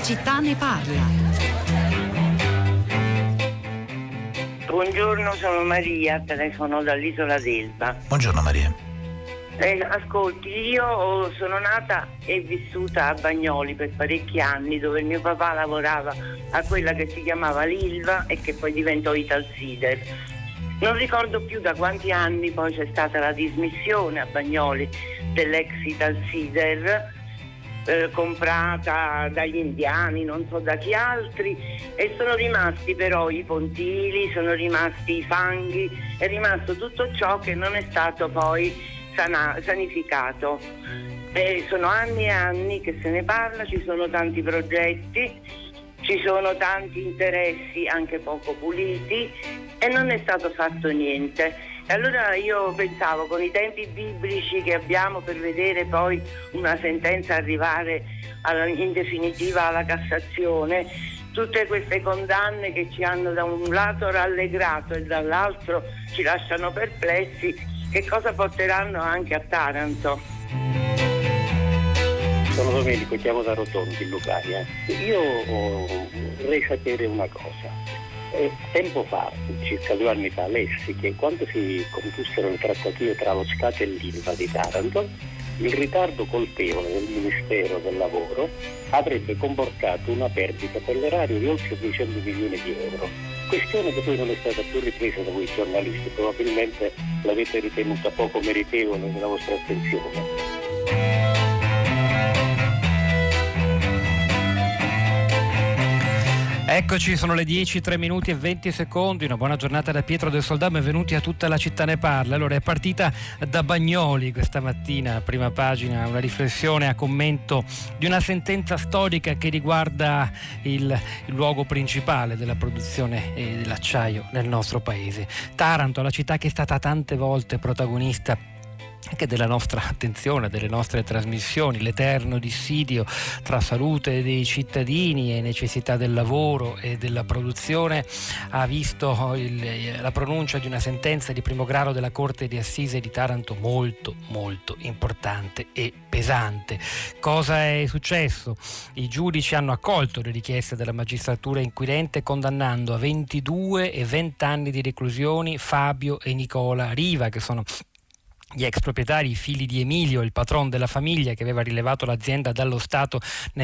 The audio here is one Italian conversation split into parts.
città ne parla. Buongiorno, sono Maria, telefono dall'isola d'Elba. Buongiorno Maria. Ascolti, io sono nata e vissuta a Bagnoli per parecchi anni, dove mio papà lavorava a quella che si chiamava l'Ilva e che poi diventò Italsider. Non ricordo più da quanti anni poi c'è stata la dismissione a Bagnoli dell'ex Italsider, comprata dagli indiani, non so da chi altri, e sono rimasti però i pontili, sono rimasti i fanghi, è rimasto tutto ciò che non è stato poi sanificato. Sono anni e anni che se ne parla, ci sono tanti progetti, ci sono tanti interessi anche poco puliti e non è stato fatto niente. E allora io pensavo, con i tempi biblici che abbiamo per vedere poi una sentenza arrivare in definitiva alla Cassazione, tutte queste condanne che ci hanno da un lato rallegrato e dall'altro ci lasciano perplessi, che cosa porteranno anche a Taranto? Sono Domenico, chiamo da Rotondi in Lucania. Io vorrei sapere una cosa. Tempo fa, circa 2 anni fa, lessi che quando si conclusero le trattative tra lo SCAT e l'Ilva di Taranto, il ritardo colpevole del Ministero del Lavoro avrebbe comportato una perdita per l'erario di oltre 200 milioni di euro. Questione che poi non è stata più ripresa da voi giornalisti, probabilmente l'avete ritenuta poco meritevole della vostra attenzione. Eccoci, sono le 10, 3 minuti e 20 secondi. Una buona giornata da Pietro del Soldà, benvenuti a Tutta la città ne parla. Allora, è partita da Bagnoli questa mattina, prima pagina, una riflessione a commento di una sentenza storica che riguarda il luogo principale della produzione dell'acciaio nel nostro paese. Taranto, la città che è stata tante volte protagonista anche della nostra attenzione, delle nostre trasmissioni, l'eterno dissidio tra salute dei cittadini e necessità del lavoro e della produzione, ha visto la pronuncia di una sentenza di primo grado della Corte di Assise di Taranto molto molto importante e pesante. Cosa è successo? I giudici hanno accolto le richieste della magistratura inquirente, condannando a 22 e 20 anni di reclusione Fabio e Nicola Riva, che sono gli ex proprietari, i figli di Emilio, il patron della famiglia che aveva rilevato l'azienda dallo Stato nel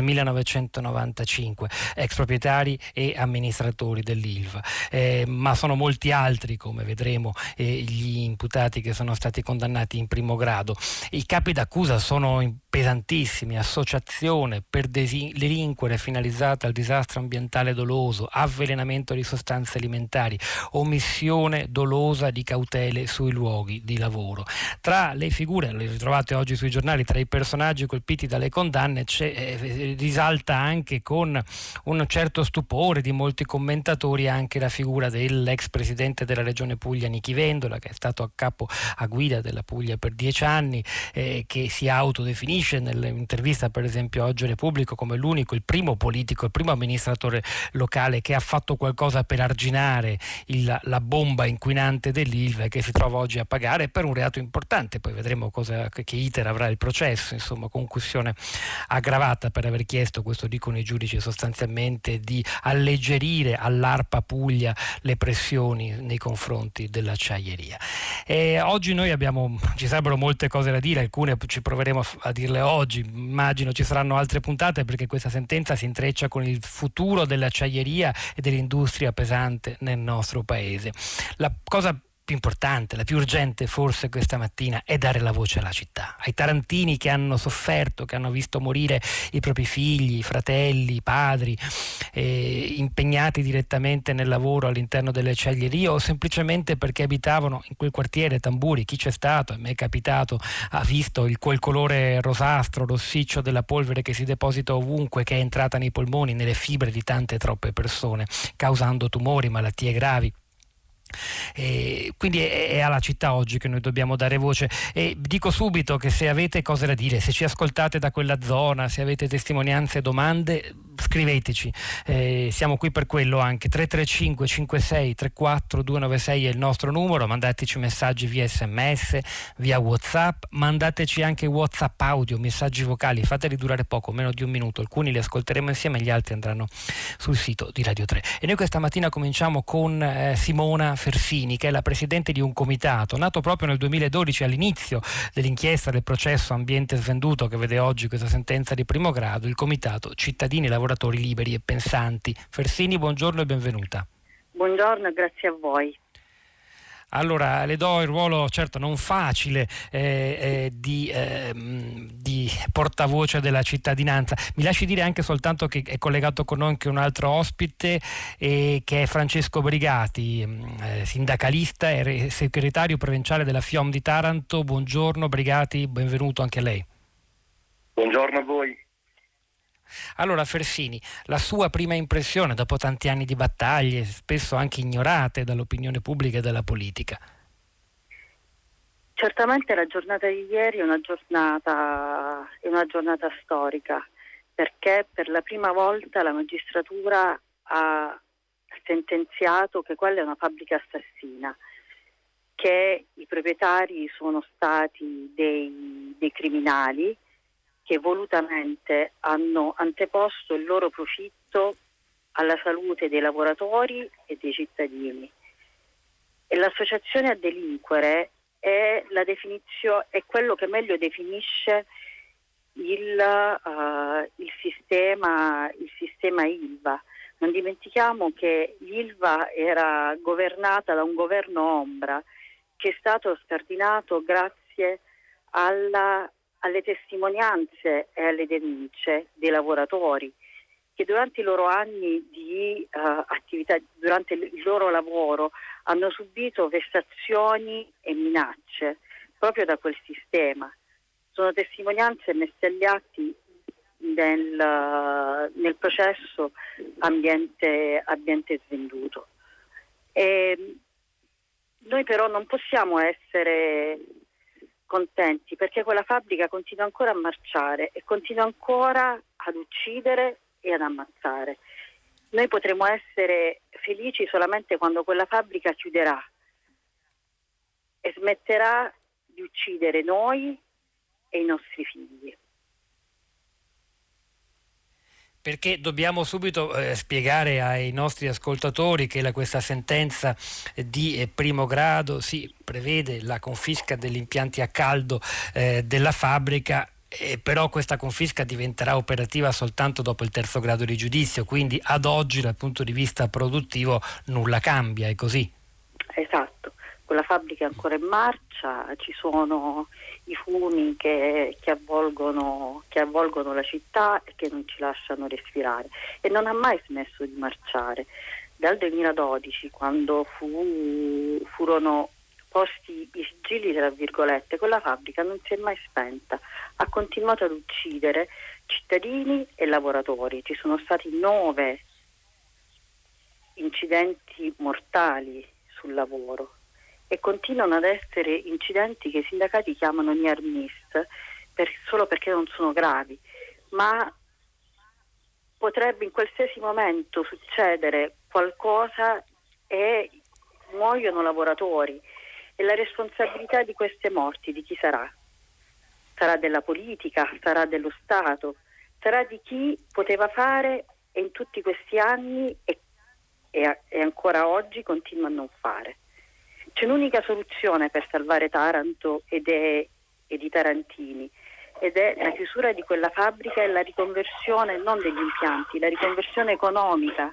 1995, ex proprietari e amministratori dell'Ilva. Ma sono molti altri, come vedremo, gli imputati che sono stati condannati in primo grado. I capi d'accusa sono pesantissimi: associazione per delinquere finalizzata al disastro ambientale doloso, avvelenamento di sostanze alimentari, omissione dolosa di cautele sui luoghi di lavoro. Tra le figure, le ritrovate oggi sui giornali, tra i personaggi colpiti dalle condanne risalta anche con un certo stupore di molti commentatori anche la figura dell'ex presidente della regione Puglia Nichi Vendola, che è stato a guida della Puglia per 10 anni, che si autodefinisce nell'intervista per esempio oggi a Repubblica come l'unico, il primo politico, il primo amministratore locale che ha fatto qualcosa per arginare la bomba inquinante dell'Ilva, e che si trova oggi a pagare per un reato importante. Poi vedremo che iter avrà il processo, insomma, concussione aggravata per aver chiesto, questo dicono i giudici, sostanzialmente di alleggerire all'ARPA Puglia le pressioni nei confronti dell'acciaieria. Oggi ci sarebbero molte cose da dire, alcune ci proveremo a dirle oggi, immagino ci saranno altre puntate, perché questa sentenza si intreccia con il futuro dell'acciaieria e dell'industria pesante nel nostro paese. La cosa più importante, la più urgente forse questa mattina, è dare la voce alla città, ai tarantini che hanno sofferto, che hanno visto morire i propri figli, fratelli, padri, impegnati direttamente nel lavoro all'interno delle acciaierie, o semplicemente perché abitavano in quel quartiere. Tamburi, chi c'è stato, a me è capitato, ha visto quel colore rosastro, rossiccio della polvere che si deposita ovunque, che è entrata nei polmoni, nelle fibre di tante troppe persone, causando tumori, malattie gravi. Quindi è alla città oggi che noi dobbiamo dare voce, e dico subito che se avete cose da dire, se ci ascoltate da quella zona, se avete testimonianze e domande, scriveteci, siamo qui per quello anche. 335 56 34 296 è il nostro numero, mandateci messaggi via SMS, via WhatsApp, mandateci anche WhatsApp audio, messaggi vocali, fateli durare poco, meno di un minuto, alcuni li ascolteremo insieme, gli altri andranno sul sito di Radio 3. E noi questa mattina cominciamo con Simona Fersini, che è la presidente di un comitato nato proprio nel 2012 all'inizio dell'inchiesta del processo Ambiente Svenduto, che vede oggi questa sentenza di primo grado, il comitato Cittadini Lavoratori Liberi e Pensanti. Fersini, buongiorno e benvenuta. Buongiorno e grazie a voi. Allora, le do il ruolo, certo non facile, di portavoce della cittadinanza. Mi lasci dire anche soltanto che è collegato con noi anche un altro ospite, che è Francesco Brigati, sindacalista e segretario provinciale della FIOM di Taranto. Buongiorno Brigati, benvenuto anche a lei. Buongiorno a voi. Allora Fersini, la sua prima impressione dopo tanti anni di battaglie, spesso anche ignorate dall'opinione pubblica e dalla politica? Certamente la giornata di ieri è una giornata storica, perché per la prima volta la magistratura ha sentenziato che quella è una fabbrica assassina, che i proprietari sono stati dei criminali che volutamente hanno anteposto il loro profitto alla salute dei lavoratori e dei cittadini. E l'associazione a delinquere è quello che meglio definisce il sistema Ilva. Non dimentichiamo che l'Ilva era governata da un governo ombra che è stato scardinato grazie alle testimonianze e alle denunce dei lavoratori che durante i loro anni di attività, durante il loro lavoro, hanno subito vessazioni e minacce proprio da quel sistema. Sono testimonianze messe agli atti nel processo ambiente Svenduto. E noi però non possiamo essere contenti, perché quella fabbrica continua ancora a marciare e continua ancora ad uccidere e ad ammazzare. Noi potremo essere felici solamente quando quella fabbrica chiuderà e smetterà di uccidere noi e i nostri figli. Perché dobbiamo subito spiegare ai nostri ascoltatori che questa sentenza di primo grado prevede la confisca degli impianti a caldo della fabbrica, però questa confisca diventerà operativa soltanto dopo il terzo grado di giudizio, quindi ad oggi dal punto di vista produttivo nulla cambia, è così? Esatto, quella fabbrica è ancora in marcia, ci sono i fumi che avvolgono la città e che non ci lasciano respirare, e non ha mai smesso di marciare. Dal 2012, quando furono posti i sigilli tra virgolette, quella fabbrica non si è mai spenta, ha continuato ad uccidere cittadini e lavoratori. Ci sono stati 9 incidenti mortali sul lavoro e continuano ad essere incidenti che i sindacati chiamano near miss solo perché non sono gravi, ma potrebbe in qualsiasi momento succedere qualcosa e muoiono lavoratori, e la responsabilità di queste morti di chi sarà? Sarà della politica, sarà dello Stato, sarà di chi poteva fare e in tutti questi anni e ancora oggi continua a non fare. C'è un'unica soluzione per salvare Taranto ed i tarantini, ed è la chiusura di quella fabbrica e la riconversione non degli impianti, la riconversione economica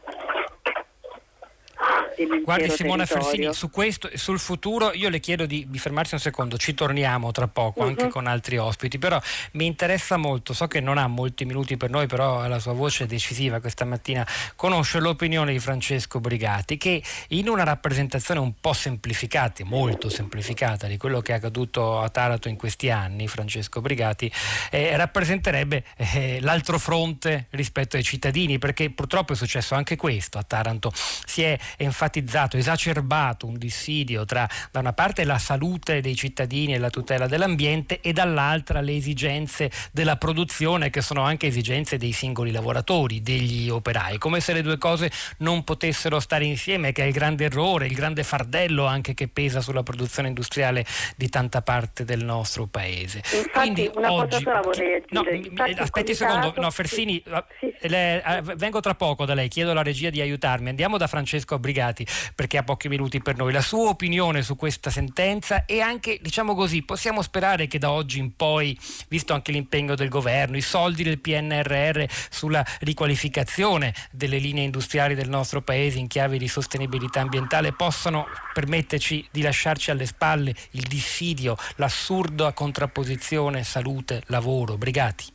Guardi Simona territorio. Fersini, su questo e sul futuro io le chiedo di fermarsi un secondo, ci torniamo tra poco anche con altri ospiti, però mi interessa molto, so che non ha molti minuti per noi, però la sua voce è decisiva questa mattina, conosce l'opinione di Francesco Brigati, che in una rappresentazione un po' semplificata, molto semplificata di quello che è accaduto a Taranto in questi anni, Francesco Brigati rappresenterebbe l'altro fronte rispetto ai cittadini, perché purtroppo è successo anche questo a Taranto, si è enfatizzato enfatizzato, esacerbato un dissidio tra da una parte la salute dei cittadini e la tutela dell'ambiente e dall'altra le esigenze della produzione, che sono anche esigenze dei singoli lavoratori, degli operai, come se le due cose non potessero stare insieme, che è il grande errore, il grande fardello anche che pesa sulla produzione industriale di tanta parte del nostro paese. Infatti, quindi una oggi cosa vorrei aggiungere. aspetti un secondo, no, Fersini, sì. vengo tra poco da lei, chiedo alla regia di aiutarmi. Andiamo da Francesco Brigati perché ha pochi minuti per noi. La sua opinione su questa sentenza, e anche, diciamo così, possiamo sperare che da oggi in poi, visto anche l'impegno del governo, i soldi del PNRR sulla riqualificazione delle linee industriali del nostro paese in chiave di sostenibilità ambientale, possano permetterci di lasciarci alle spalle il dissidio, l'assurda contrapposizione salute-lavoro. Brigati.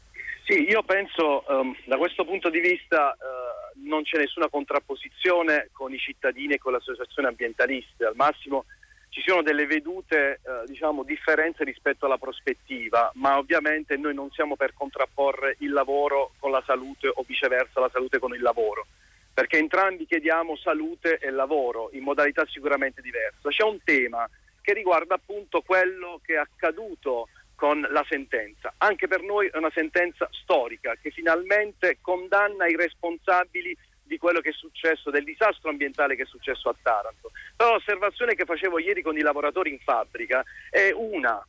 Sì, io penso da questo punto di vista non c'è nessuna contrapposizione con i cittadini e con le associazioni ambientaliste. Al massimo ci sono delle vedute differenze rispetto alla prospettiva, ma ovviamente noi non siamo per contrapporre il lavoro con la salute o viceversa la salute con il lavoro, perché entrambi chiediamo salute e lavoro in modalità sicuramente diverse. C'è un tema che riguarda appunto quello che è accaduto con la sentenza. Anche per noi è una sentenza storica che finalmente condanna i responsabili di quello che è successo, del disastro ambientale che è successo a Taranto. Però l'osservazione che facevo ieri con i lavoratori in fabbrica è una: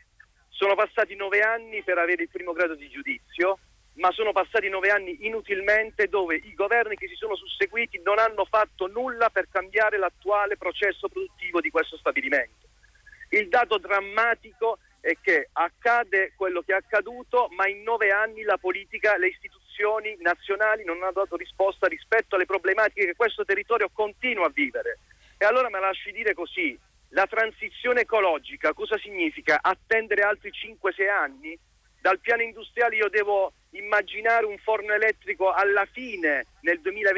sono passati 9 anni per avere il primo grado di giudizio, ma sono passati 9 anni inutilmente, dove i governi che si sono susseguiti non hanno fatto nulla per cambiare l'attuale processo produttivo di questo stabilimento. Il dato drammatico è che accade quello che è accaduto, ma in 9 anni la politica, le istituzioni nazionali non hanno dato risposta rispetto alle problematiche che questo territorio continua a vivere. E allora me la lasci dire così: la transizione ecologica cosa significa? Attendere altri 5-6 anni? Dal piano industriale io devo immaginare un forno elettrico alla fine, nel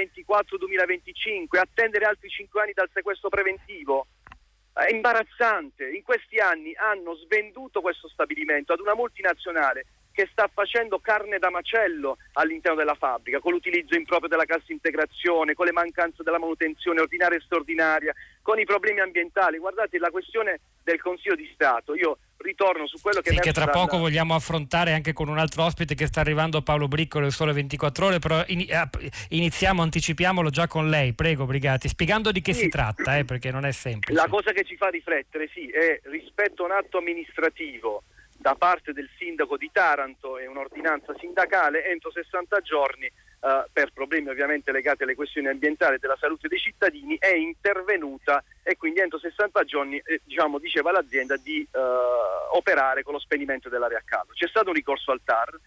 2024-2025, attendere altri 5 anni dal sequestro preventivo? È imbarazzante. In questi anni hanno svenduto questo stabilimento ad una multinazionale che sta facendo carne da macello all'interno della fabbrica, con l'utilizzo improprio della cassa integrazione, con le mancanze della manutenzione ordinaria e straordinaria, con i problemi ambientali. Guardate, la questione del Consiglio di Stato, io ritorno su quello che tra poco vogliamo affrontare anche con un altro ospite che sta arrivando, Paolo Bricco del Sole 24 Ore, però anticipiamolo già con lei, prego Brigati, spiegando di che si tratta, perché non è semplice. La cosa che ci fa riflettere è rispetto a un atto amministrativo da parte del sindaco di Taranto e un'ordinanza sindacale, entro 60 giorni per problemi ovviamente legati alle questioni ambientali e della salute dei cittadini è intervenuta, e quindi entro 60 giorni diceva l'azienda di operare con lo spegnimento dell'area a caldo. C'è stato un ricorso al TAR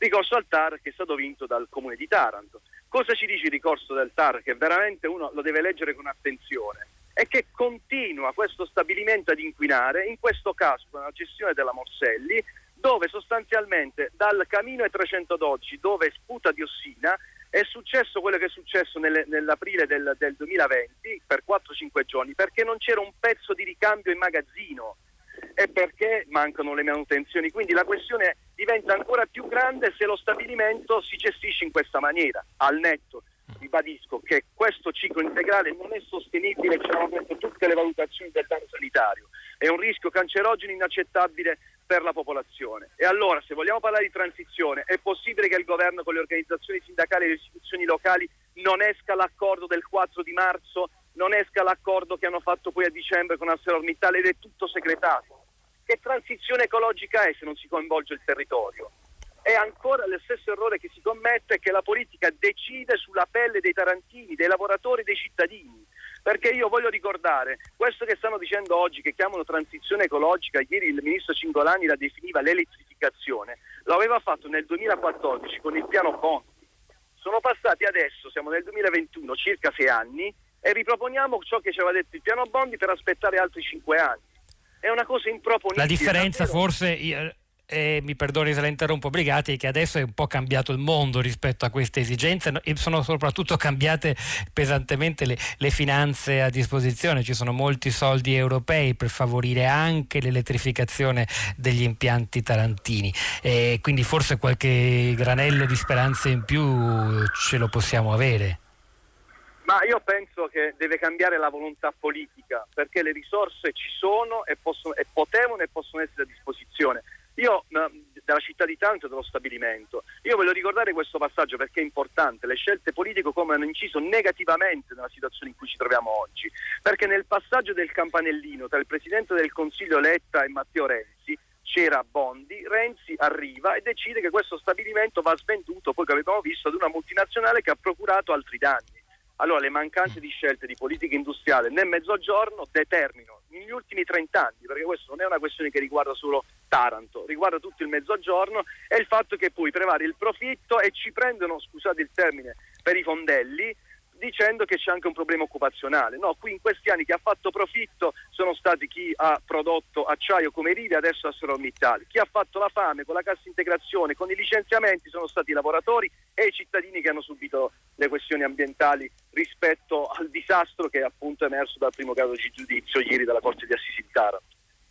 che è stato vinto dal comune di Taranto. Cosa ci dice il ricorso del TAR, che veramente uno lo deve leggere con attenzione? È che continua questo stabilimento ad inquinare, in questo caso con la gestione della Morselli, dove sostanzialmente dal camino E312, dove sputa diossina, è successo quello che è successo nell'aprile del 2020 per 4-5 giorni, perché non c'era un pezzo di ricambio in magazzino e perché mancano le manutenzioni. Quindi la questione diventa ancora più grande se lo stabilimento si gestisce in questa maniera. Al netto, ribadisco che questo ciclo integrale non è sostenibile, ci hanno detto tutte le valutazioni del danno sanitario, è un rischio cancerogeno inaccettabile per la popolazione. E allora, se vogliamo parlare di transizione, è possibile che il governo con le organizzazioni sindacali e le istituzioni locali non esca l'accordo del 4 di marzo, non esca l'accordo che hanno fatto poi a dicembre con ArcelorMittal, ed è tutto segretato? Che transizione ecologica è se non si coinvolge il territorio? È ancora lo stesso errore che si commette, che la politica decide sulla pelle dei tarantini, dei lavoratori, dei cittadini. Perché io voglio ricordare, questo che stanno dicendo oggi, che chiamano transizione ecologica, ieri il ministro Cingolani la definiva l'elettrificazione, lo aveva fatto nel 2014 con il piano Conti. Sono passati adesso, siamo nel 2021, circa 6 anni, e riproponiamo ciò che ci aveva detto il piano Bondi per aspettare altri 5 anni. È una cosa improponibile. La differenza davvero. Forse... mi perdoni se la interrompo Brigati, è che adesso è un po' cambiato il mondo rispetto a queste esigenze, e sono soprattutto cambiate pesantemente le finanze a disposizione. Ci sono molti soldi europei per favorire anche l'elettrificazione degli impianti tarantini, quindi forse qualche granello di speranza in più ce lo possiamo avere. Ma io penso che deve cambiare la volontà politica, perché le risorse ci sono e potevano e possono essere a disposizione. Io della città di Taranto e dello stabilimento, io voglio ricordare questo passaggio perché è importante. Le scelte politiche come hanno inciso negativamente nella situazione in cui ci troviamo oggi, perché nel passaggio del campanellino tra il Presidente del Consiglio Letta e Matteo Renzi c'era Bondi, Renzi arriva e decide che questo stabilimento va svenduto, poi che abbiamo visto, ad una multinazionale che ha procurato altri danni. Allora le mancanze di scelte di politica industriale nel Mezzogiorno determinano negli ultimi 30 anni, perché questo non è una questione che riguarda solo Taranto, riguarda tutto il Mezzogiorno, è il fatto che poi prevale il profitto e ci prendono, scusate il termine, per i fondelli, dicendo che c'è anche un problema occupazionale. No, qui in questi anni chi ha fatto profitto sono stati chi ha prodotto acciaio come Rive, adesso ArcelorMittal. Chi ha fatto la fame con la cassa integrazione, con i licenziamenti, sono stati i lavoratori e i cittadini che hanno subito le questioni ambientali rispetto al disastro che è appunto emerso dal primo caso di giudizio ieri dalla Corte di Assisi di Taranto.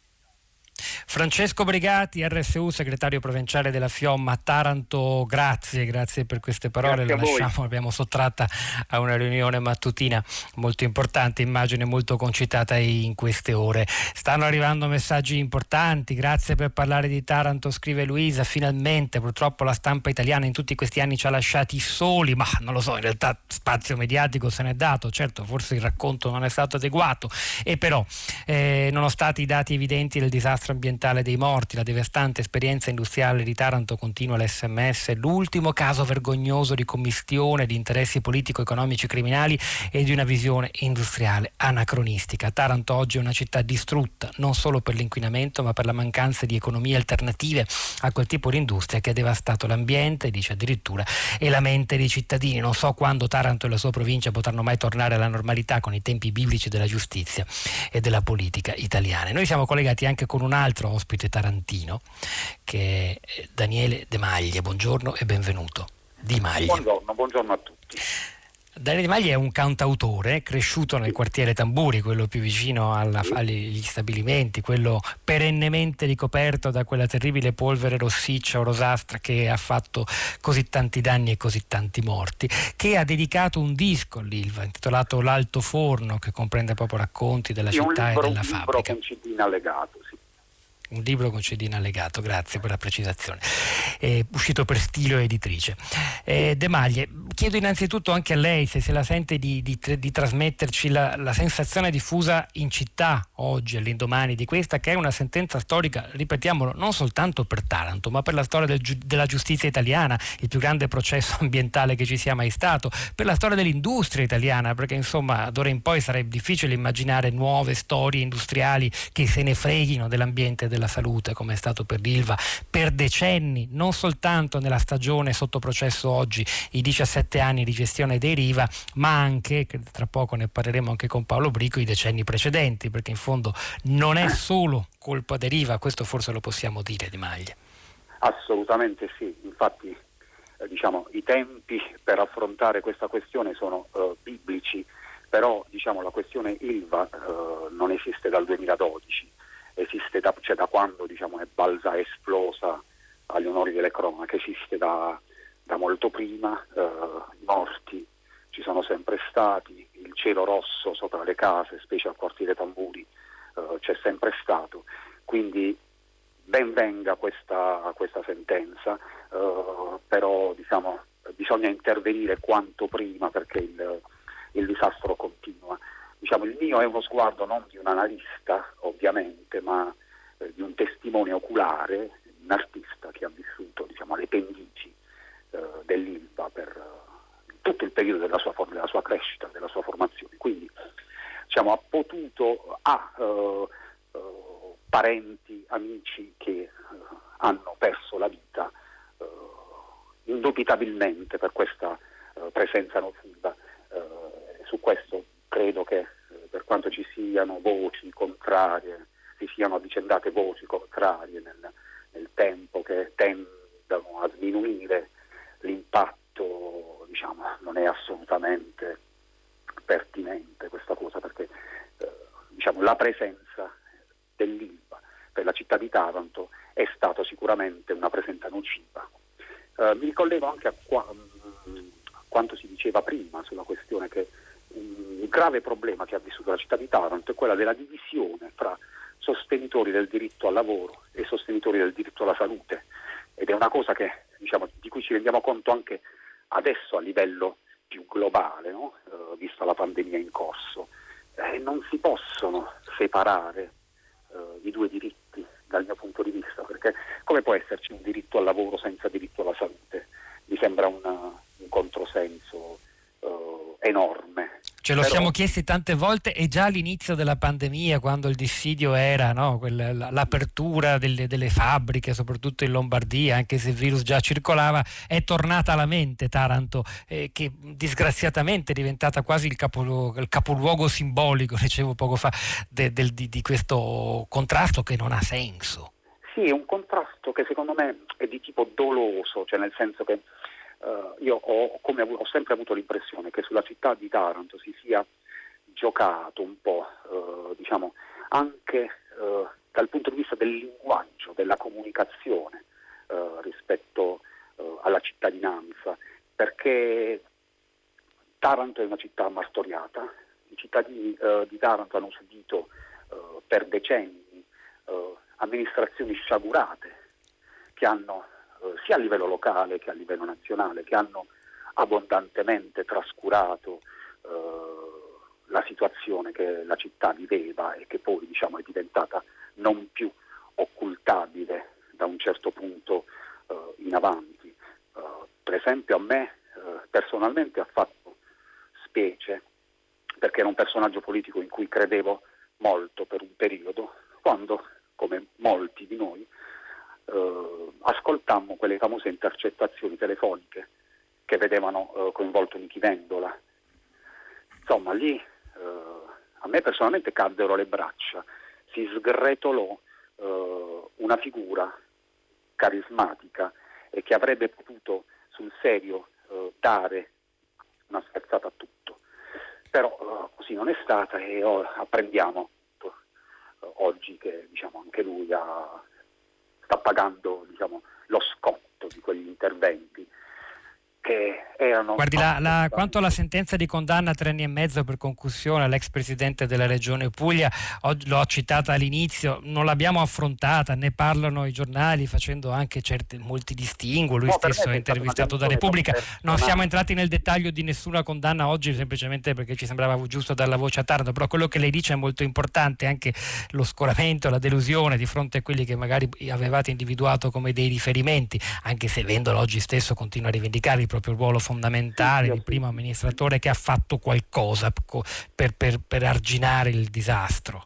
Francesco Brigati, RSU, segretario provinciale della FIOM a Taranto, grazie per queste parole. La lasciamo, l'abbiamo sottratta a una riunione mattutina molto importante, immagine molto concitata in queste ore. Stanno arrivando messaggi importanti, grazie per parlare di Taranto, scrive Luisa, finalmente. Purtroppo la stampa italiana in tutti questi anni ci ha lasciati soli, ma non lo so, in realtà spazio mediatico se n'è dato, certo forse il racconto non è stato adeguato, e però nonostante i dati evidenti del disastro ambientale dei morti, la devastante esperienza industriale di Taranto, continua l'SMS, l'ultimo caso vergognoso di commistione di interessi politico-economici criminali e di una visione industriale anacronistica. Taranto oggi è una città distrutta non solo per l'inquinamento ma per la mancanza di economie alternative a quel tipo di industria che ha devastato l'ambiente, dice addirittura, e la mente dei cittadini. Non so quando Taranto e la sua provincia potranno mai tornare alla normalità con i tempi biblici della giustizia e della politica italiana. Noi siamo collegati anche con un altro ospite tarantino che è Daniele De Maglie. Buongiorno e benvenuto. Di Maglie. Buongiorno a tutti. Daniele De Maglie è un cantautore cresciuto nel quartiere Tamburi, quello più vicino agli stabilimenti, quello perennemente ricoperto da quella terribile polvere rossiccia o rosastra che ha fatto così tanti danni e così tanti morti, che ha dedicato un disco all'Ilva intitolato L'Alto Forno, che comprende proprio racconti della città e della fabbrica. Un libro con CD in allegato, sì. Un libro con CD in allegato, grazie per la precisazione. Uscito per Stilo Editrice. De Maglie, chiedo innanzitutto anche a lei se la sente di trasmetterci la sensazione diffusa in città oggi, all'indomani di questa, che è una sentenza storica, ripetiamolo, non soltanto per Taranto, ma per la storia della giustizia italiana, il più grande processo ambientale che ci sia mai stato, per la storia dell'industria italiana, perché insomma d'ora in poi sarebbe difficile immaginare nuove storie industriali che se ne freghino dell'ambiente e della salute, come è stato per l'Ilva per decenni, non soltanto nella stagione sotto processo oggi, i 17 anni di gestione dei Riva, ma anche, che tra poco ne parleremo anche con Paolo Brico, i decenni precedenti, perché in fondo non è solo colpa dei Riva, questo forse lo possiamo dire, De Maglie. Assolutamente sì, infatti i tempi per affrontare questa questione sono biblici, però la questione Ilva non esiste dal 2012. Esiste da quando è esplosa agli onori delle cronache, esiste da molto prima, i morti ci sono sempre stati, il cielo rosso sopra le case, specie al quartiere Tamburi, c'è sempre stato, quindi ben venga questa sentenza, però bisogna intervenire quanto prima perché il disastro continua. Il mio è uno sguardo non di un analista ovviamente, ma di un testimone oculare, un artista che ha vissuto alle pendici dell'Ilva per tutto il periodo della sua crescita, della sua formazione. Quindi ha parenti, amici che hanno perso la vita indubitabilmente per questa presenza nociva. Su questo credo che per quanto ci siano voci contrarie, si siano avvicendate voci contrarie nel tempo che tendono a sminuire l'impatto, non è assolutamente pertinente questa cosa, perché la presenza dell'Ilva per la città di Taranto è stata sicuramente una presenza nociva. Mi ricollego anche a quanto si diceva prima sulla questione che grave problema che ha vissuto la città di Taranto è quella della divisione fra sostenitori del diritto al lavoro e sostenitori del diritto alla salute, ed è una cosa che, diciamo, di cui ci rendiamo conto anche adesso a livello più globale, no? Vista la pandemia in corso. Non si possono separare i due diritti dal mio punto di vista, perché come può esserci un diritto al lavoro senza diritto alla salute? Mi sembra un controsenso enorme. Ce lo siamo chiesti tante volte, e già all'inizio della pandemia, quando il dissidio era, no, l'apertura delle fabbriche, soprattutto in Lombardia, anche se il virus già circolava, è tornata alla mente Taranto, che disgraziatamente è diventata quasi il capoluogo simbolico, dicevo poco fa, di questo contrasto che non ha senso. Sì, è un contrasto che secondo me è di tipo doloso, cioè nel senso che io ho sempre avuto l'impressione che sulla città di Taranto si sia giocato un po', diciamo, anche dal punto di vista del linguaggio, della comunicazione rispetto alla cittadinanza, perché Taranto è una città martoriata, i cittadini di Taranto hanno subito per decenni amministrazioni sciagurate che hanno sia a livello locale che a livello nazionale, che hanno abbondantemente trascurato la situazione che la città viveva e che poi, diciamo, è diventata non più occultabile da un certo punto in avanti. Per esempio a me personalmente ha fatto specie, perché era un personaggio politico in cui credevo molto per un periodo, quando, come molti di noi, ascoltammo quelle famose intercettazioni telefoniche che vedevano coinvolto Nichi Vendola. Insomma, lì a me personalmente caddero le braccia, si sgretolò una figura carismatica e che avrebbe potuto sul serio dare una scherzata a tutto. Però così non è stata, e apprendiamo oggi che, diciamo, anche lui sta pagando, diciamo, lo scotto di quegli interventi che erano... Guardi, quanto alla sentenza di condanna a 3 anni e mezzo per concussione all'ex presidente della Regione Puglia, oggi l'ho citata all'inizio, non l'abbiamo affrontata, ne parlano i giornali facendo anche molti distinguo, lui stesso è intervistato da Repubblica. Non siamo entrati nel dettaglio di nessuna condanna oggi, semplicemente perché ci sembrava giusto dar la voce a Taranto, però quello che lei dice è molto importante, anche lo scoramento, la delusione di fronte a quelli che magari avevate individuato come dei riferimenti, anche se Vendola oggi stesso continua a rivendicare il proprio ruolo fondamentale di primo amministratore che ha fatto qualcosa per arginare il disastro.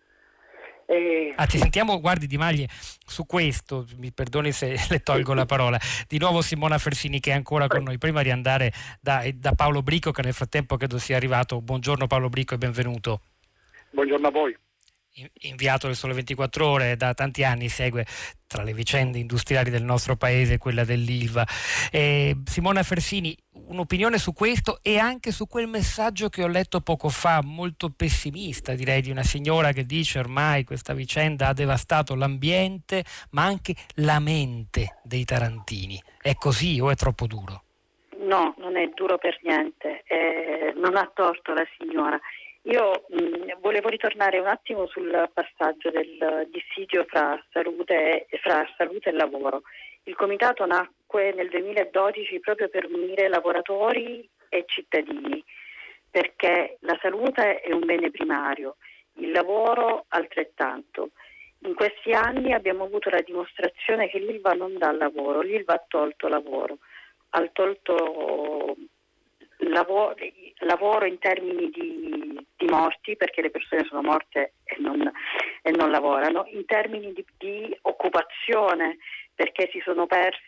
Anzi, sentiamo, guardi Di Maglie, su questo, mi perdoni se le tolgo la parola, di nuovo Simona Fersini, che è ancora con noi, prima di andare da Paolo Bricco, che nel frattempo credo sia arrivato. Buongiorno Paolo Bricco e benvenuto. Buongiorno a voi. Inviato del Sole 24 Ore, da tanti anni segue tra le vicende industriali del nostro paese quella dell'Ilva. Simona Fersini, un'opinione su questo e anche su quel messaggio che ho letto poco fa, molto pessimista direi, di una signora che dice ormai questa vicenda ha devastato l'ambiente ma anche la mente dei tarantini. È così o è troppo duro? No, non è duro per niente, non ha torto la signora. Io volevo ritornare un attimo sul passaggio del dissidio fra salute e lavoro. Il comitato nacque nel 2012 proprio per unire lavoratori e cittadini, perché la salute è un bene primario, il lavoro altrettanto. In questi anni abbiamo avuto la dimostrazione che l'Ilva non dà lavoro, l'Ilva ha tolto lavoro, ha tolto lavoro in termini di morti, perché le persone sono morte e non lavorano, in termini di occupazione, perché ci sono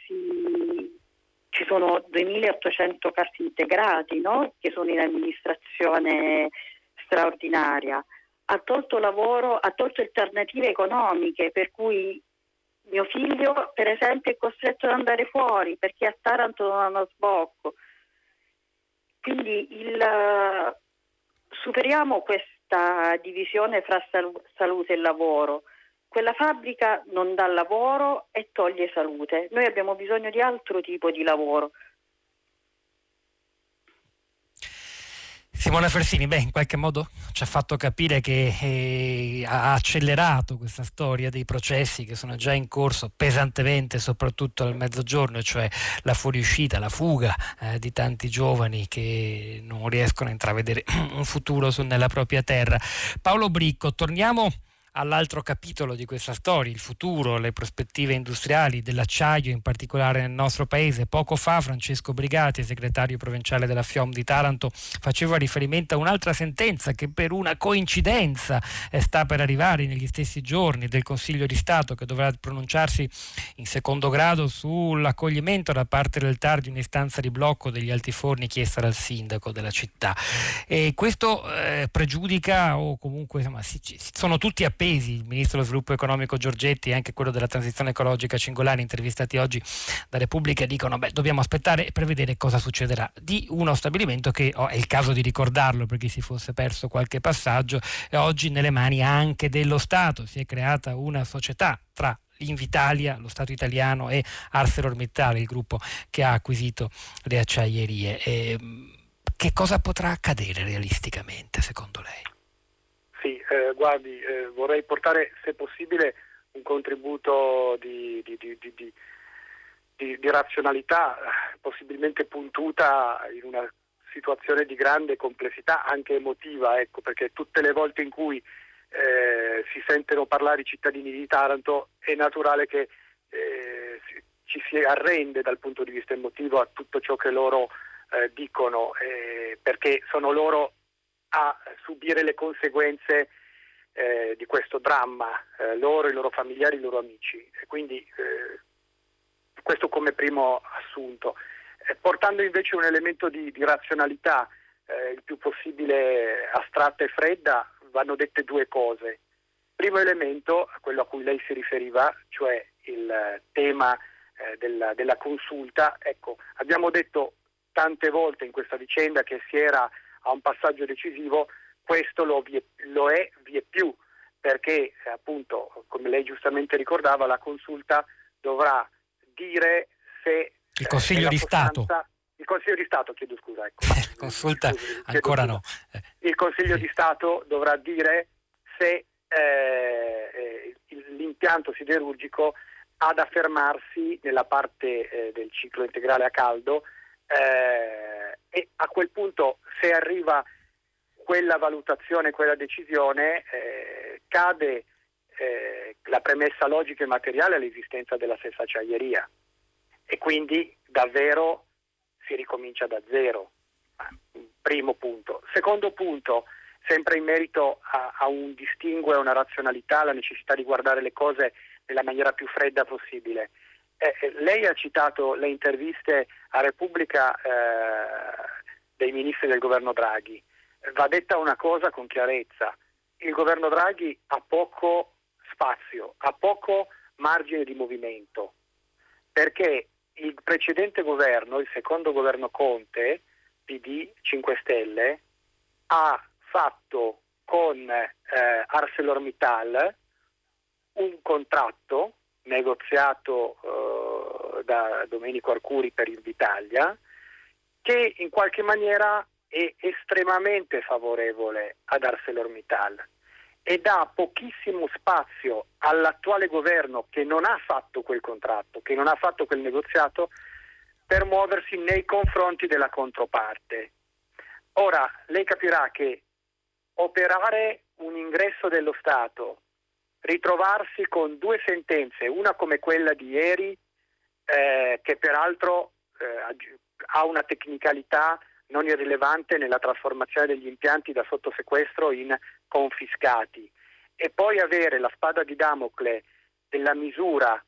2.800 cassi integrati, no? Che sono in amministrazione straordinaria. Ha tolto lavoro, ha tolto alternative economiche, per cui mio figlio per esempio è costretto ad andare fuori perché a Taranto non hanno sbocco. Quindi superiamo questa divisione fra salute e lavoro. Quella fabbrica non dà lavoro e toglie salute. Noi abbiamo bisogno di altro tipo di lavoro. Simona Fersini, in qualche modo ci ha fatto capire che ha accelerato questa storia dei processi che sono già in corso pesantemente, soprattutto al mezzogiorno, cioè la fuoriuscita, la fuga di tanti giovani che non riescono a intravedere un futuro nella propria terra. Paolo Bricco, torniamo all'altro capitolo di questa storia, il futuro, le prospettive industriali dell'acciaio, in particolare nel nostro paese. Poco fa Francesco Brigati, segretario provinciale della FIOM di Taranto, faceva riferimento a un'altra sentenza che per una coincidenza sta per arrivare negli stessi giorni del Consiglio di Stato, che dovrà pronunciarsi in secondo grado sull'accoglimento da parte del TAR di un'istanza di blocco degli altiforni chiesta dal sindaco della città. E questo pregiudica, o comunque sono tutti appesi. Il ministro dello sviluppo economico Giorgetti e anche quello della transizione ecologica Cingolani, intervistati oggi da Repubblica, dicono dobbiamo aspettare per vedere cosa succederà di uno stabilimento che è il caso di ricordarlo per chi si fosse perso qualche passaggio, è oggi nelle mani anche dello Stato. Si è creata una società tra Invitalia, lo Stato italiano, e ArcelorMittal, il gruppo che ha acquisito le acciaierie. Che cosa potrà accadere realisticamente secondo lei? Sì, guardi, vorrei portare, se possibile, un contributo di razionalità, possibilmente puntuta in una situazione di grande complessità, anche emotiva, perché tutte le volte in cui si sentono parlare i cittadini di Taranto è naturale che ci si arrende dal punto di vista emotivo a tutto ciò che loro dicono, perché sono loro a subire le conseguenze di questo dramma, loro, i loro familiari, i loro amici, e quindi questo come primo assunto. Portando invece un elemento di razionalità il più possibile astratta e fredda, vanno dette due cose. Primo elemento, quello a cui lei si riferiva, cioè il tema della consulta. Abbiamo detto tante volte in questa vicenda che si era a un passaggio decisivo. Questo lo è vie più, perché appunto, come lei giustamente ricordava, la consulta dovrà dire se il Consiglio di Stato. Il Consiglio di Stato, chiedo scusa, consulta ancora no. Il Consiglio di Stato dovrà dire se l'impianto siderurgico ha da fermarsi nella parte del ciclo integrale a caldo, e a quel punto, se arriva quella valutazione, quella decisione, cade la premessa logica e materiale all'esistenza della stessa acciaieria, e quindi davvero si ricomincia da zero. Primo punto. Secondo punto, sempre in merito a un distinguo e una razionalità, la necessità di guardare le cose nella maniera più fredda possibile. Lei ha citato le interviste a Repubblica dei ministri del governo Draghi. Va detta una cosa con chiarezza: il governo Draghi ha poco spazio, ha poco margine di movimento, perché il precedente governo, il secondo governo Conte, PD 5 Stelle, ha fatto con ArcelorMittal un contratto negoziato da Domenico Arcuri per Invitalia, che in qualche maniera è estremamente favorevole ad ArcelorMittal e dà pochissimo spazio all'attuale governo, che non ha fatto quel contratto, che non ha fatto quel negoziato, per muoversi nei confronti della controparte. Ora, lei capirà che operare un ingresso dello Stato, ritrovarsi con due sentenze, una come quella di ieri, che peraltro ha una tecnicalità non irrilevante nella trasformazione degli impianti da sotto sequestro in confiscati, e poi avere la spada di Damocle della misura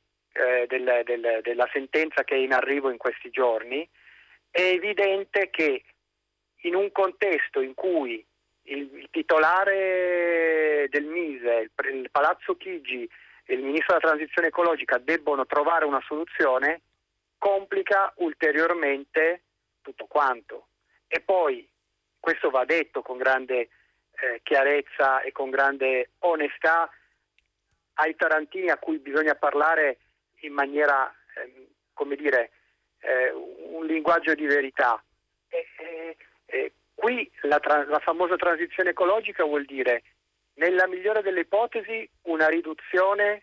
della sentenza che è in arrivo in questi giorni, è evidente che in un contesto in cui il titolare del Mise, il Palazzo Chigi e il ministro della transizione ecologica debbono trovare una soluzione, complica ulteriormente tutto quanto. E poi, questo va detto con grande chiarezza e con grande onestà ai tarantini, a cui bisogna parlare in maniera, un linguaggio di verità. Qui la famosa transizione ecologica vuol dire, nella migliore delle ipotesi, una riduzione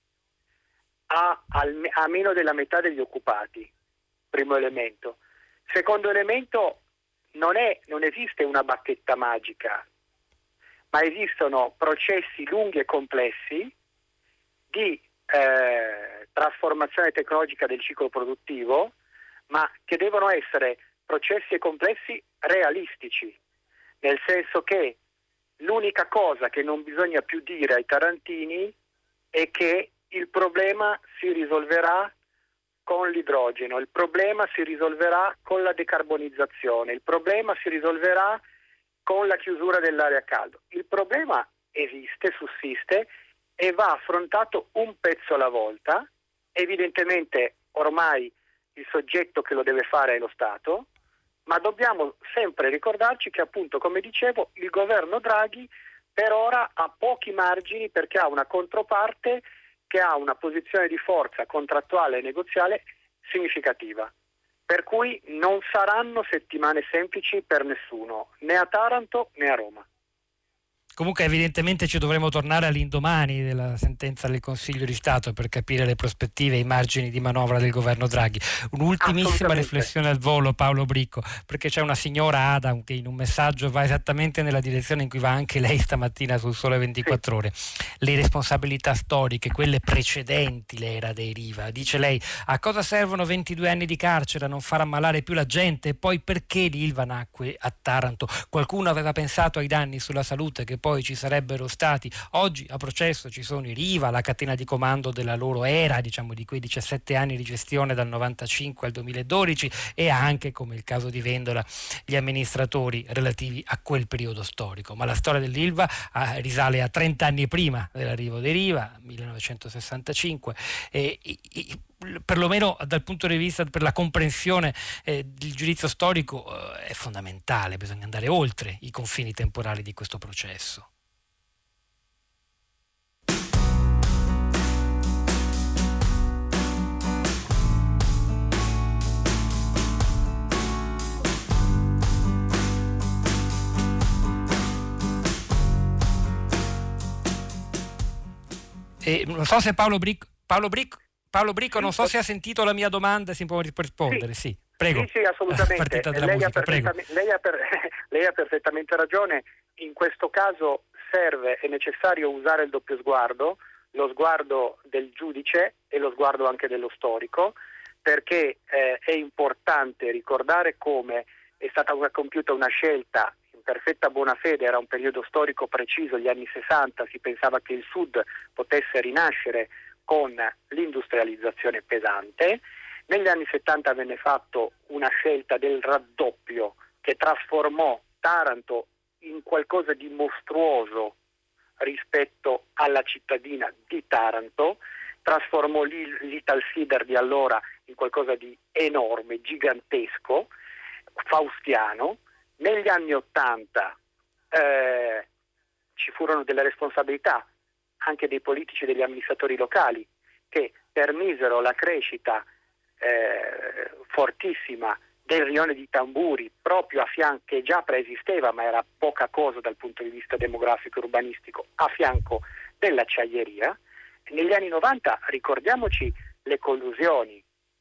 a meno della metà degli occupati, primo elemento. Secondo elemento, non esiste una bacchetta magica, ma esistono processi lunghi e complessi di trasformazione tecnologica del ciclo produttivo, ma che devono essere processi e complessi realistici, nel senso che l'unica cosa che non bisogna più dire ai tarantini è che il problema si risolverà con l'idrogeno, il problema si risolverà con la decarbonizzazione, il problema si risolverà con la chiusura dell'area a caldo. Il problema esiste, sussiste e va affrontato un pezzo alla volta. Evidentemente ormai il soggetto che lo deve fare è lo Stato, ma dobbiamo sempre ricordarci che, appunto, come dicevo, il governo Draghi per ora ha pochi margini, perché ha una controparte che ha una posizione di forza contrattuale e negoziale significativa. Per cui non saranno settimane semplici per nessuno, né a Taranto né a Roma. Comunque evidentemente ci dovremo tornare all'indomani della sentenza del Consiglio di Stato per capire le prospettive e i margini di manovra del governo Draghi. Un'ultimissima riflessione al volo, Paolo Bricco, perché c'è una signora Adam che in un messaggio va esattamente nella direzione in cui va anche lei stamattina sul Sole 24 Ore. Le responsabilità storiche, quelle precedenti l'era dei Riva. Dice lei, a cosa servono 22 anni di carcere? A non far ammalare più la gente? E poi perché l'Ilva nacque a Taranto? Qualcuno aveva pensato ai danni sulla salute che poi ci sarebbero stati. Oggi a processo ci sono i Riva, la catena di comando della loro era, diciamo di quei 17 anni di gestione dal 95 al 2012, e anche, come il caso di Vendola, gli amministratori relativi a quel periodo storico. Ma la storia dell'Ilva risale a 30 anni prima dell'arrivo dei Riva, 1965, perlomeno dal punto di vista per la comprensione del giudizio storico è fondamentale, bisogna andare oltre i confini temporali di questo processo. Non so se Paolo Bricco, non so se ha sentito la mia domanda, si può rispondere. Sì, prego. Sì, assolutamente. Lei ha perfettamente ragione. In questo caso è necessario usare il doppio sguardo, lo sguardo del giudice e lo sguardo anche dello storico, perché è importante ricordare come è stata compiuta una scelta in perfetta buona fede. Era un periodo storico preciso, gli anni 60, si pensava che il Sud potesse rinascere con l'industrializzazione pesante. Negli anni 70 venne fatto una scelta del raddoppio che trasformò Taranto in qualcosa di mostruoso rispetto alla cittadina di Taranto, trasformò l'Italsider di allora in qualcosa di enorme, gigantesco, faustiano. Negli anni 80 ci furono delle responsabilità anche dei politici e degli amministratori locali che permisero la crescita fortissima del rione di Tamburi proprio a fianco, che già preesisteva ma era poca cosa dal punto di vista demografico e urbanistico, a fianco dell'acciaieria. Negli anni 90 ricordiamoci le collusioni,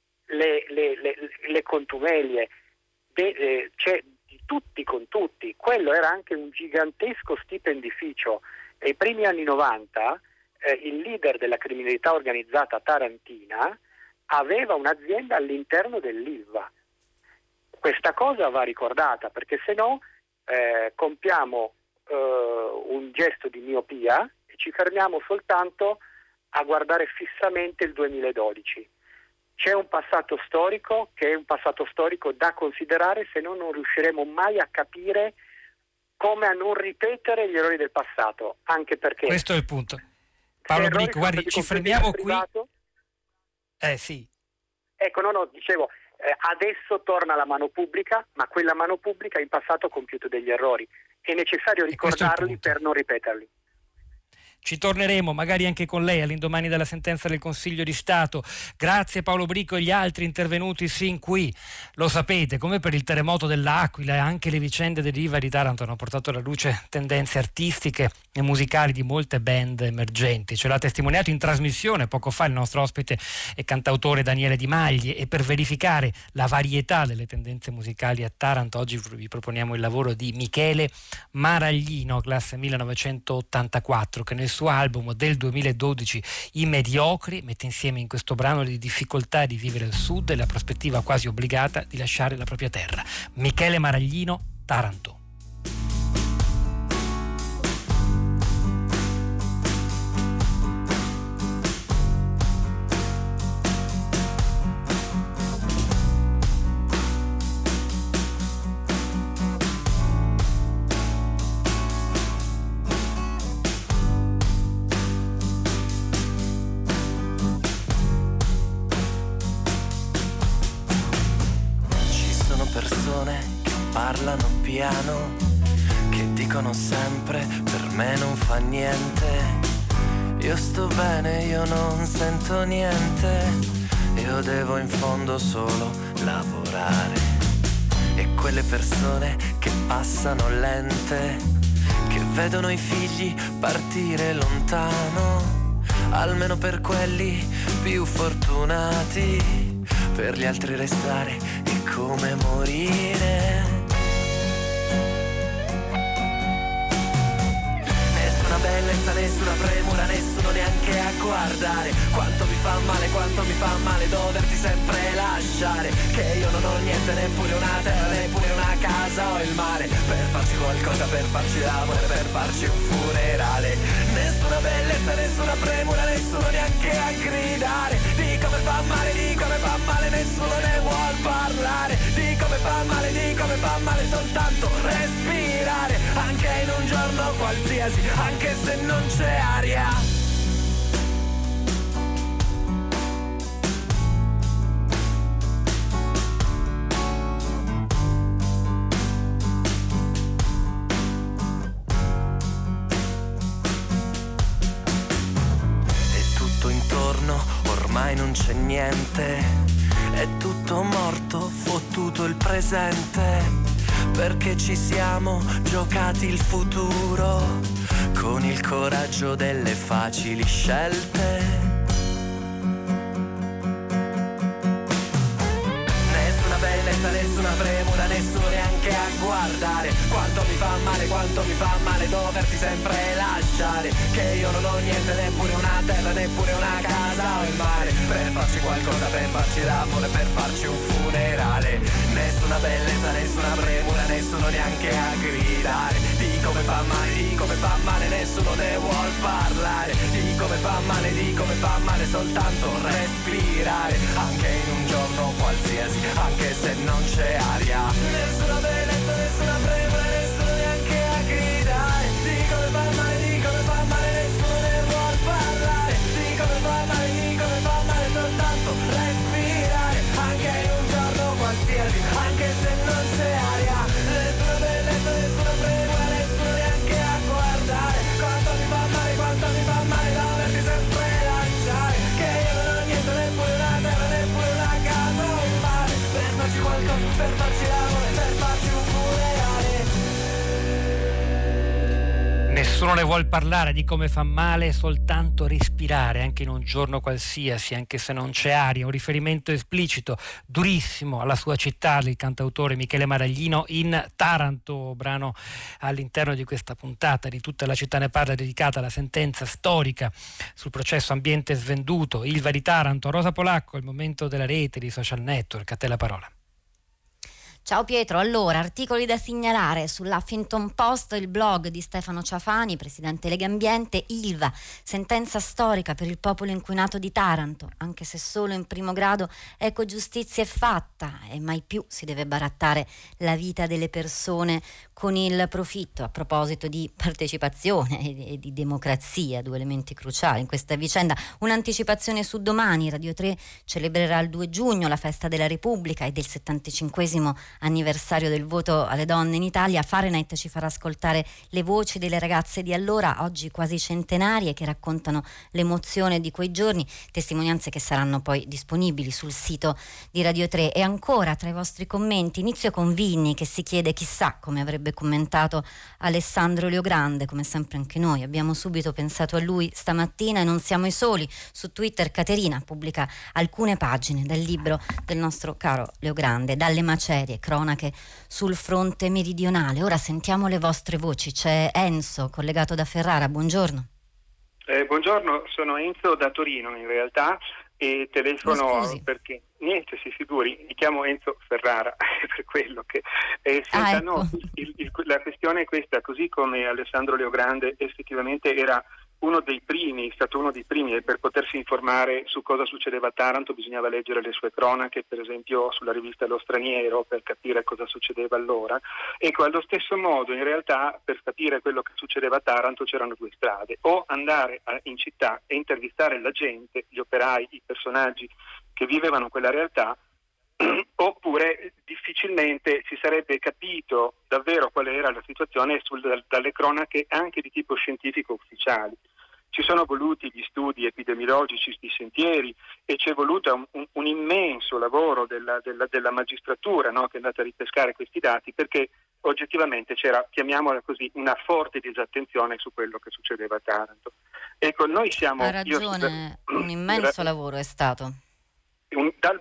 le contumelie, cioè di tutti con tutti. Quello era anche un gigantesco stipendificio. Nei primi anni 90 il leader della criminalità organizzata tarantina aveva un'azienda all'interno dell'Ilva. Questa cosa va ricordata, perché se no compiamo un gesto di miopia e ci fermiamo soltanto a guardare fissamente il 2012. C'è un passato storico che è un passato storico da considerare, se no non riusciremo mai a capire come a non ripetere gli errori del passato, anche perché... Questo è il punto. Paolo Bricco, guardi, ci fermiamo qui. Sì. Ecco, dicevo, adesso torna la mano pubblica, ma quella mano pubblica in passato ha compiuto degli errori. È necessario ricordarli per non ripeterli. Ci torneremo magari anche con lei all'indomani della sentenza del Consiglio di Stato. Grazie Paolo Bricco e gli altri intervenuti sin qui. Lo sapete, come per il terremoto dell'Aquila, anche le vicende dell'Ilva di Taranto hanno portato alla luce tendenze artistiche e musicali di molte band emergenti. Ce l'ha testimoniato in trasmissione poco fa il nostro ospite e cantautore Daniele Di Magli, e per verificare la varietà delle tendenze musicali a Taranto oggi vi proponiamo il lavoro di Michele Maraglino, classe 1984, che nel suo album del 2012 I Mediocri mette insieme in questo brano le difficoltà di vivere al sud e la prospettiva quasi obbligata di lasciare la propria terra. Michele Maraglino, Taranto. Parlano piano, che dicono sempre per me non fa niente. Io sto bene, io non sento niente. Io devo in fondo solo lavorare. E quelle persone che passano lente, che vedono i figli partire lontano, almeno per quelli più fortunati, per gli altri restare è come morire. Bellezza, nessuna premura, nessuno neanche a guardare. Quanto mi fa male doverti sempre lasciare. Che io non ho niente, neppure una terra, neppure una casa o il mare, per farci qualcosa, per farci l'amore, per farci un funerale. Nessuna bellezza, nessuna premura, nessuno neanche a gridare. Di come fa male, nessuno ne vuol parlare. Di come fa male soltanto respirare. Anche in un giorno qualsiasi, anche se non c'è aria. E tutto intorno ormai non c'è niente, è tutto morto, fottuto il presente, perché ci siamo giocati il futuro con il coraggio delle facili scelte. Nessuna bellezza, nessuna premura, nessuno neanche a guardare. Quanto mi fa male doverti sempre lasciare. Che io non ho niente, neppure una terra, neppure una casa o il mare, per farci qualcosa, per farci l'amore, per farci un funerale. Nessuna bellezza, nessuna premura, nessuno neanche a gridare. Di come fa male, nessuno ne vuol parlare. Di come fa male soltanto respirare. Anche in un giorno qualsiasi, anche se non c'è aria. Nessuna bellezza, nessuna premura, nessuno neanche a gridare. Di come fa male, nessuno ne vuol parlare. Di come fa male soltanto respirare. Anche in un giorno qualsiasi, anche se non c'è aria. Nessuna bellezza, nessuna premura, nessuno neanche a guardare. Quanto mi fa male doverti sempre lasciare. Che io non ho niente, neppure una terra, neppure una casa o un mare, per farci qualcosa, per farci l'amore, per farci un funerale. Nessuno ne vuol parlare, di come fa male soltanto respirare, anche in un giorno qualsiasi, anche se non c'è aria. Un riferimento esplicito, durissimo, alla sua città, il cantautore Michele Maraglino in Taranto, brano all'interno di questa puntata di Tutta la città ne parla, dedicata alla sentenza storica sul processo ambiente svenduto, Ilva di Taranto. Rosa Polacco, il momento della rete, di social network, a te la parola. Ciao Pietro, allora, articoli da segnalare sull'Huffington Post, il blog di Stefano Ciafani, presidente Legambiente. Ilva, sentenza storica per il popolo inquinato di Taranto, anche se solo in primo grado, ecco giustizia è fatta e mai più si deve barattare la vita delle persone con il profitto. A proposito di partecipazione e di democrazia, due elementi cruciali in questa vicenda, un'anticipazione su domani. Radio 3 celebrerà il 2 giugno la festa della Repubblica e del 75esimo anniversario del voto alle donne in Italia. Fahrenheit ci farà ascoltare le voci delle ragazze di allora, oggi quasi centenarie, che raccontano l'emozione di quei giorni, testimonianze che saranno poi disponibili sul sito di Radio 3. E ancora tra i vostri commenti, inizio con Vinni che si chiede chissà come avrebbe commentato Alessandro Leogrande. Come sempre anche noi abbiamo subito pensato a lui stamattina, e non siamo i soli. Su Twitter Caterina pubblica alcune pagine dal libro del nostro caro Leogrande, Dalle macerie, cronache sul fronte meridionale. Ora sentiamo le vostre voci. C'è Enzo collegato da Ferrara, buongiorno. Buongiorno, sono Enzo da Torino in realtà e telefono perché niente, si figuri, mi chiamo Enzo Ferrara per quello che ecco. La questione è questa: così come Alessandro Leogrande effettivamente era è stato uno dei primi, e per potersi informare su cosa succedeva a Taranto bisognava leggere le sue cronache, per esempio sulla rivista Lo Straniero, per capire cosa succedeva allora. Ecco, allo stesso modo in realtà per capire quello che succedeva a Taranto c'erano due strade: o andare in città e intervistare la gente, gli operai, i personaggi che vivevano quella realtà, oppure difficilmente si sarebbe capito davvero qual era la situazione dalle cronache anche di tipo scientifico ufficiali. Ci sono voluti gli studi epidemiologici di Sentieri e c'è voluto un immenso lavoro della magistratura, no, che è andata a ripescare questi dati, perché oggettivamente c'era, chiamiamola così, una forte disattenzione su quello che succedeva a Taranto. Ecco, noi siamo... Ha ragione, un immenso lavoro è stato. Dal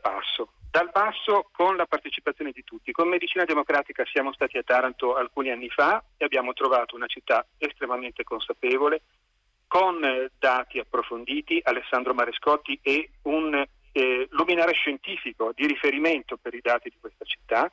basso con la partecipazione di tutti. Con Medicina Democratica siamo stati a Taranto alcuni anni fa e abbiamo trovato una città estremamente consapevole, con dati approfonditi. Alessandro Marescotti è un luminare scientifico di riferimento per i dati di questa città,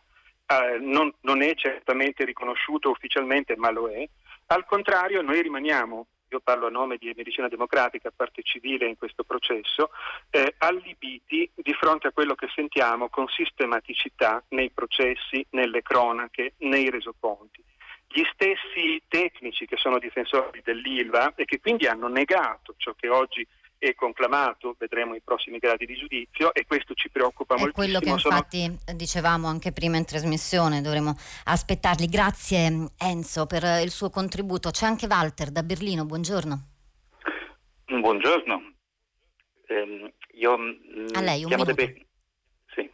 non è certamente riconosciuto ufficialmente, ma lo è. Al contrario, noi rimaniamo, io parlo a nome di Medicina Democratica, parte civile in questo processo, allibiti di fronte a quello che sentiamo con sistematicità nei processi, nelle cronache, nei resoconti. Gli stessi tecnici che sono difensori dell'Ilva e che quindi hanno negato ciò che oggi è conclamato, vedremo i prossimi gradi di giudizio, e questo ci preoccupa moltissimo. È quello che infatti dicevamo anche prima in trasmissione, dovremo aspettarli. Grazie Enzo per il suo contributo. C'è anche Walter da Berlino, buongiorno. Buongiorno. Io a lei, un chiamo minuto. Sì.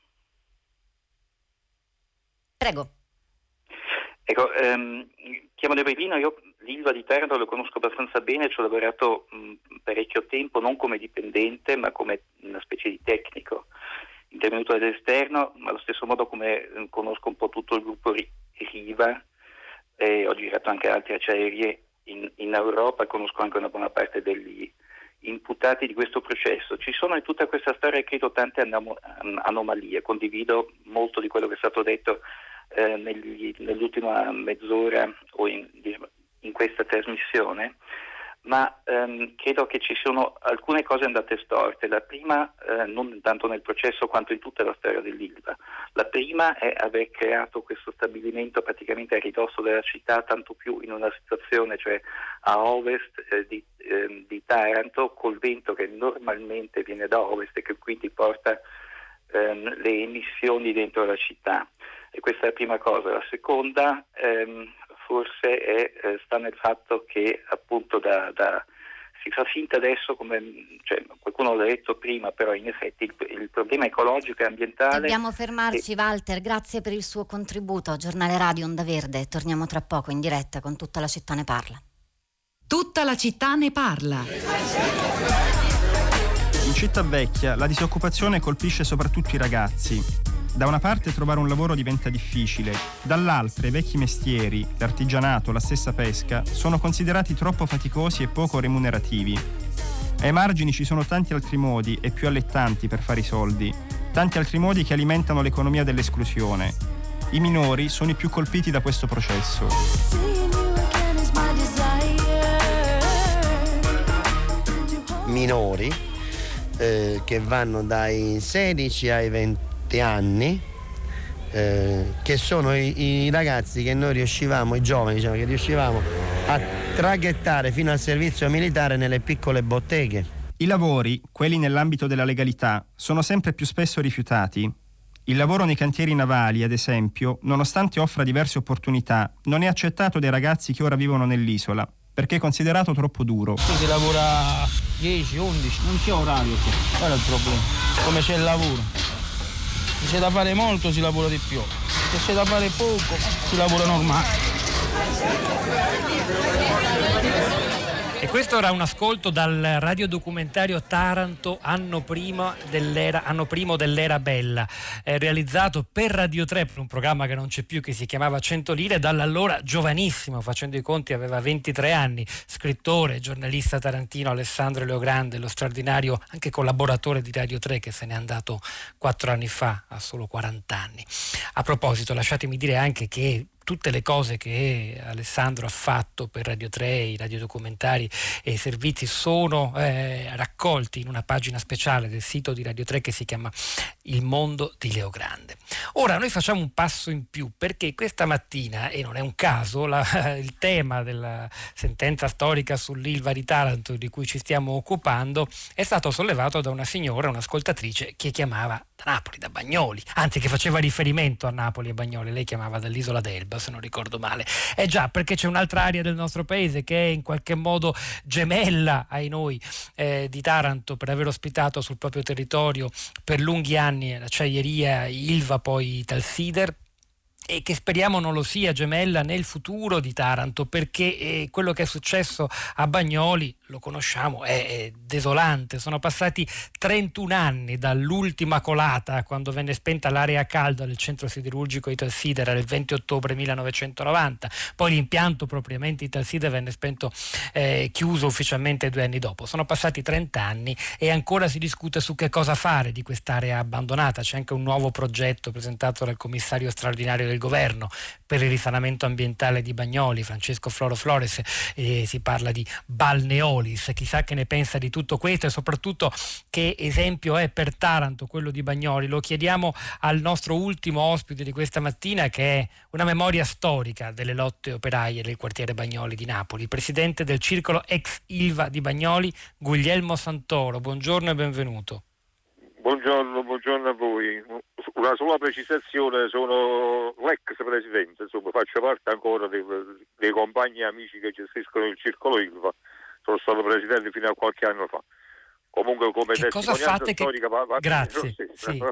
Prego. Ecco, chiamo da Berlino. Io l'Ilva di Taranto lo conosco abbastanza bene, ci ho lavorato parecchio tempo, non come dipendente ma come una specie di tecnico intervenuto dall'esterno, ma allo stesso modo come conosco un po' tutto il gruppo Riva, e ho girato anche altre acciaierie in Europa, conosco anche una buona parte degli imputati di questo processo. Ci sono in tutta questa storia credo tante anomalie, condivido molto di quello che è stato detto nell'ultima mezz'ora o in questa trasmissione, ma credo che ci sono alcune cose andate storte. La prima, non tanto nel processo quanto in tutta la storia dell'Ilva. La prima è aver creato questo stabilimento praticamente a ridosso della città, tanto più in una situazione, cioè a ovest di Taranto, col vento che normalmente viene da ovest e che quindi porta le emissioni dentro la città. E questa è la prima cosa. La seconda forse sta nel fatto che appunto si fa finta adesso, cioè, qualcuno l'ha detto prima, però in effetti il problema ecologico e ambientale... Dobbiamo fermarci, Walter, grazie per il suo contributo. Giornale Radio Onda Verde, torniamo tra poco in diretta con Tutta la città ne parla. Tutta la città ne parla. In Città Vecchia la disoccupazione colpisce soprattutto i ragazzi. Da una parte trovare un lavoro diventa difficile, dall'altra i vecchi mestieri, l'artigianato, la stessa pesca, sono considerati troppo faticosi e poco remunerativi. Ai margini ci sono tanti altri modi e più allettanti per fare i soldi, tanti altri modi che alimentano l'economia dell'esclusione. I minori sono i più colpiti da questo processo. Minori che vanno dai 16 ai 20 anni, che sono i ragazzi che noi riuscivamo, i giovani diciamo, che riuscivamo a traghettare fino al servizio militare nelle piccole botteghe. I lavori, quelli nell'ambito della legalità, sono sempre più spesso rifiutati. Il lavoro nei cantieri navali, ad esempio, nonostante offra diverse opportunità, non è accettato dai ragazzi che ora vivono nell'isola, perché è considerato troppo duro. Qui si lavora 10, 11, non c'è orario qui, quello è il problema. Come c'è il lavoro. Se c'è da fare molto si lavora di più, se c'è da fare poco si lavora normale. E questo era un ascolto dal radiodocumentario Taranto anno primo dell'era bella, realizzato per Radio 3, per un programma che non c'è più, che si chiamava 100 lire, dall'allora giovanissimo, facendo i conti aveva 23 anni, scrittore, giornalista tarantino Alessandro Leogrande, lo straordinario anche collaboratore di Radio 3 che se n'è andato 4 anni fa, a solo 40 anni. A proposito, lasciatemi dire anche che tutte le cose che Alessandro ha fatto per Radio 3, i radiodocumentari e i servizi sono raccolti in una pagina speciale del sito di Radio 3 che si chiama Il Mondo di Leogrande. Ora noi facciamo un passo in più, perché questa mattina, e non è un caso, il tema della sentenza storica sull'Ilva di Taranto di cui ci stiamo occupando è stato sollevato da una signora, un'ascoltatrice che chiamava da Napoli, da Bagnoli, anzi che faceva riferimento a Napoli e Bagnoli, lei chiamava dall'isola d'Elba se non ricordo male. Già, perché c'è un'altra area del nostro paese che è in qualche modo gemella ai noi di Taranto, per aver ospitato sul proprio territorio per lunghi anni l'acciaieria Ilva, poi Italsider, e che speriamo non lo sia gemella nel futuro di Taranto, perché quello che è successo a Bagnoli, lo conosciamo, è desolante. Sono passati 31 anni dall'ultima colata, quando venne spenta l'area a caldo del centro siderurgico Italsider, era il 20 ottobre 1990, poi l'impianto propriamente Italsider venne spento, chiuso ufficialmente 2 anni dopo. Sono passati 30 anni e ancora si discute su che cosa fare di quest'area abbandonata. C'è anche un nuovo progetto presentato dal commissario straordinario del governo per il risanamento ambientale di Bagnoli, Francesco Floro Flores, si parla di balneolis. Chissà che ne pensa di tutto questo e soprattutto che esempio è per Taranto quello di Bagnoli. Lo chiediamo al nostro ultimo ospite di questa mattina, che è una memoria storica delle lotte operaie del quartiere Bagnoli di Napoli, presidente del circolo ex Ilva di Bagnoli, Guglielmo Santoro. Buongiorno e benvenuto. Buongiorno a voi. Una sola precisazione: sono l'ex presidente, insomma faccio parte ancora dei compagni e amici che gestiscono il circolo Ilva. Sono stato presidente fino a qualche anno fa. Comunque come testimonianza storica grazie. Sì.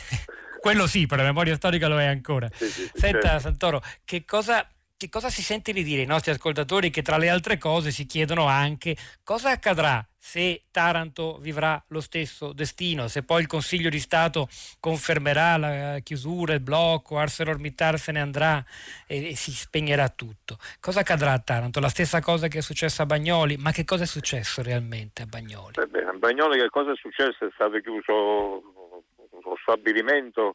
Quello sì, per la memoria storica lo è ancora. Sì, Senta, certo. Santoro, che cosa si sente di dire ai nostri ascoltatori che tra le altre cose si chiedono anche cosa accadrà se Taranto vivrà lo stesso destino, se poi il Consiglio di Stato confermerà la chiusura, il blocco, ArcelorMittal se ne andrà e si spegnerà tutto. Cosa accadrà a Taranto? La stessa cosa che è successa a Bagnoli? Ma che cosa è successo realmente a Bagnoli? Bene, a Bagnoli che cosa è successo? È stato chiuso lo stabilimento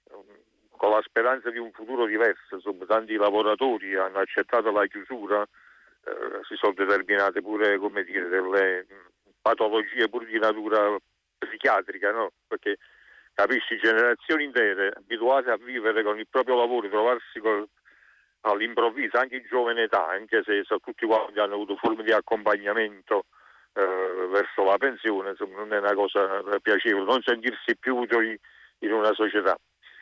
con la speranza di un futuro diverso. Insomma, tanti lavoratori hanno accettato la chiusura, si sono determinate pure, come dire, delle patologie pure di natura psichiatrica, no? Perché capisci, generazioni intere abituate a vivere con il proprio lavoro, trovarsi all'improvviso, anche in giovane età, anche se tutti quanti hanno avuto forme di accompagnamento verso la pensione, insomma, non è una cosa piacevole, non sentirsi più utili in una società.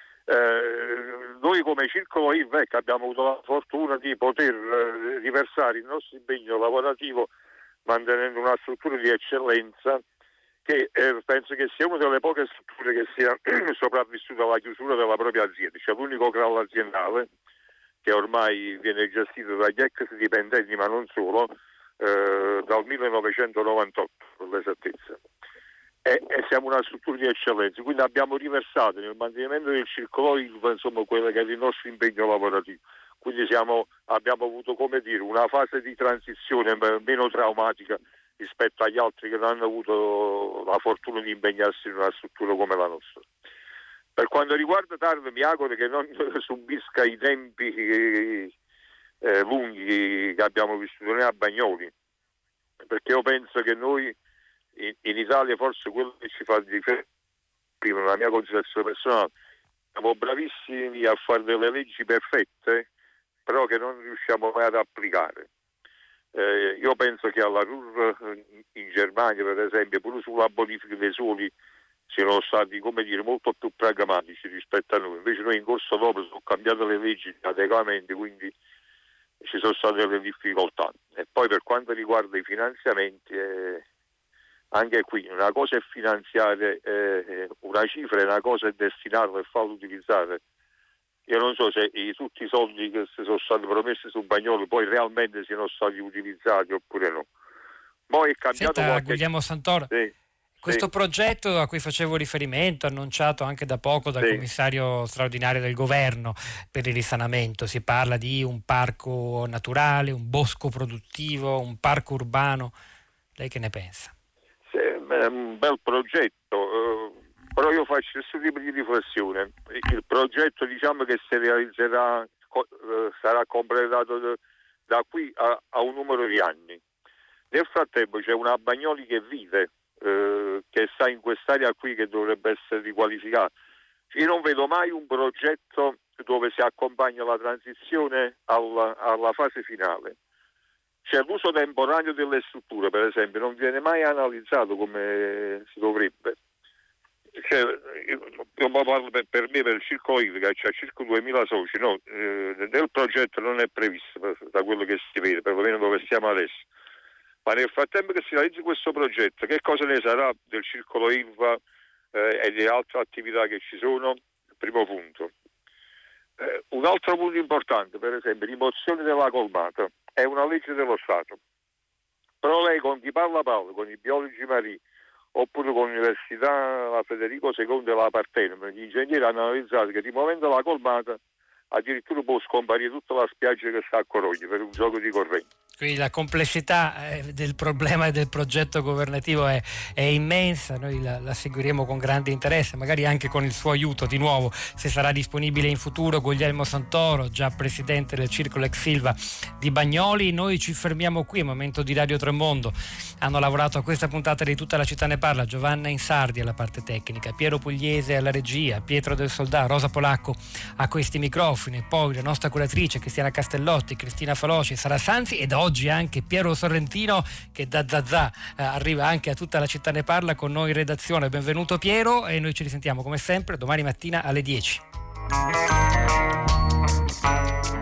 Noi come Circolo Ilva abbiamo avuto la fortuna di poter riversare il nostro impegno lavorativo mantenendo una struttura di eccellenza che penso che sia una delle poche strutture che sia sopravvissuta alla chiusura della propria azienda. C'è l'unico crollo aziendale che ormai viene gestito dagli ex dipendenti, ma non solo, dal 1998 per l'esattezza. E siamo una struttura di eccellenza, quindi abbiamo riversato nel mantenimento del circolo Ilva, insomma, quello che è il nostro impegno lavorativo. Quindi abbiamo avuto, come dire, una fase di transizione meno traumatica rispetto agli altri che non hanno avuto la fortuna di impegnarsi in una struttura come la nostra. Per quanto riguarda Taranto, mi auguro che non subisca i tempi lunghi che abbiamo vissuto noi a Bagnoli, perché io penso che noi in Italia, forse quello che ci fa differenza, prima la mia considerazione personale, siamo bravissimi a fare delle leggi perfette, però che non riusciamo mai ad applicare. Io penso che alla RUR in Germania, per esempio, pure sulla bonifica dei suoli, siano stati, come dire, molto più pragmatici rispetto a noi. Invece noi in corso d'opera sono cambiate le leggi di adeguamento, quindi ci sono state delle difficoltà. E poi per quanto riguarda i finanziamenti, anche qui una cosa è finanziare una cifra e una cosa è destinarla e farla utilizzare. Io non so se tutti i soldi che sono stati promessi su Bagnoli poi realmente siano stati utilizzati oppure no. Poi è cambiato Guglielmo Santoro. Sì. Questo progetto a cui facevo riferimento, annunciato anche da poco dal commissario straordinario del governo per il risanamento, si parla di un parco naturale, un bosco produttivo, un parco urbano. Lei che ne pensa? Sì, è un bel progetto, però io faccio questo tipo di riflessione. Il progetto, diciamo, che si realizzerà, sarà completato da qui a un numero di anni. Nel frattempo c'è una Bagnoli che vive, che sta in quest'area qui, che dovrebbe essere riqualificata. Io non vedo mai un progetto dove si accompagna la transizione alla fase finale. C'è l'uso temporaneo delle strutture, per esempio, non viene mai analizzato come si dovrebbe. Io parlo per me, per il circolo idrico, c'è circa 2000 soci, no? Nel progetto non è previsto, da quello che si vede, perlomeno dove stiamo adesso. Ma nel frattempo che si realizzi questo progetto, che cosa ne sarà del circolo Ilva e di altre attività che ci sono? Primo punto. Un altro punto importante, per esempio, rimozione della colmata, è una legge dello Stato. Però lei con chi parla, con i biologi marini, oppure con l'Università la Federico II e la Partenopea, gli ingegneri hanno analizzato che rimuovendo la colmata addirittura può scomparire tutta la spiaggia che sta a Corogna per un gioco di corrente. Quindi la complessità del problema e del progetto governativo è immensa, noi la seguiremo con grande interesse, magari anche con il suo aiuto di nuovo, se sarà disponibile in futuro. Guglielmo Santoro, già presidente del Circolo Ex Silva di Bagnoli. Noi ci fermiamo qui, è momento di Radio Tremondo. Hanno lavorato a questa puntata di Tutta la città ne parla Giovanna Insardi alla parte tecnica, Piero Pugliese alla regia, Pietro del Soldà, Rosa Polacco a questi microfoni, poi la nostra curatrice Cristiana Castellotti, Cristina Faloci, Sara Sanzi, ed oggi anche Piero Sorrentino, che da Zazà arriva anche a Tutta la città ne parla con noi in redazione. Benvenuto Piero, e noi ci risentiamo come sempre domani mattina alle 10.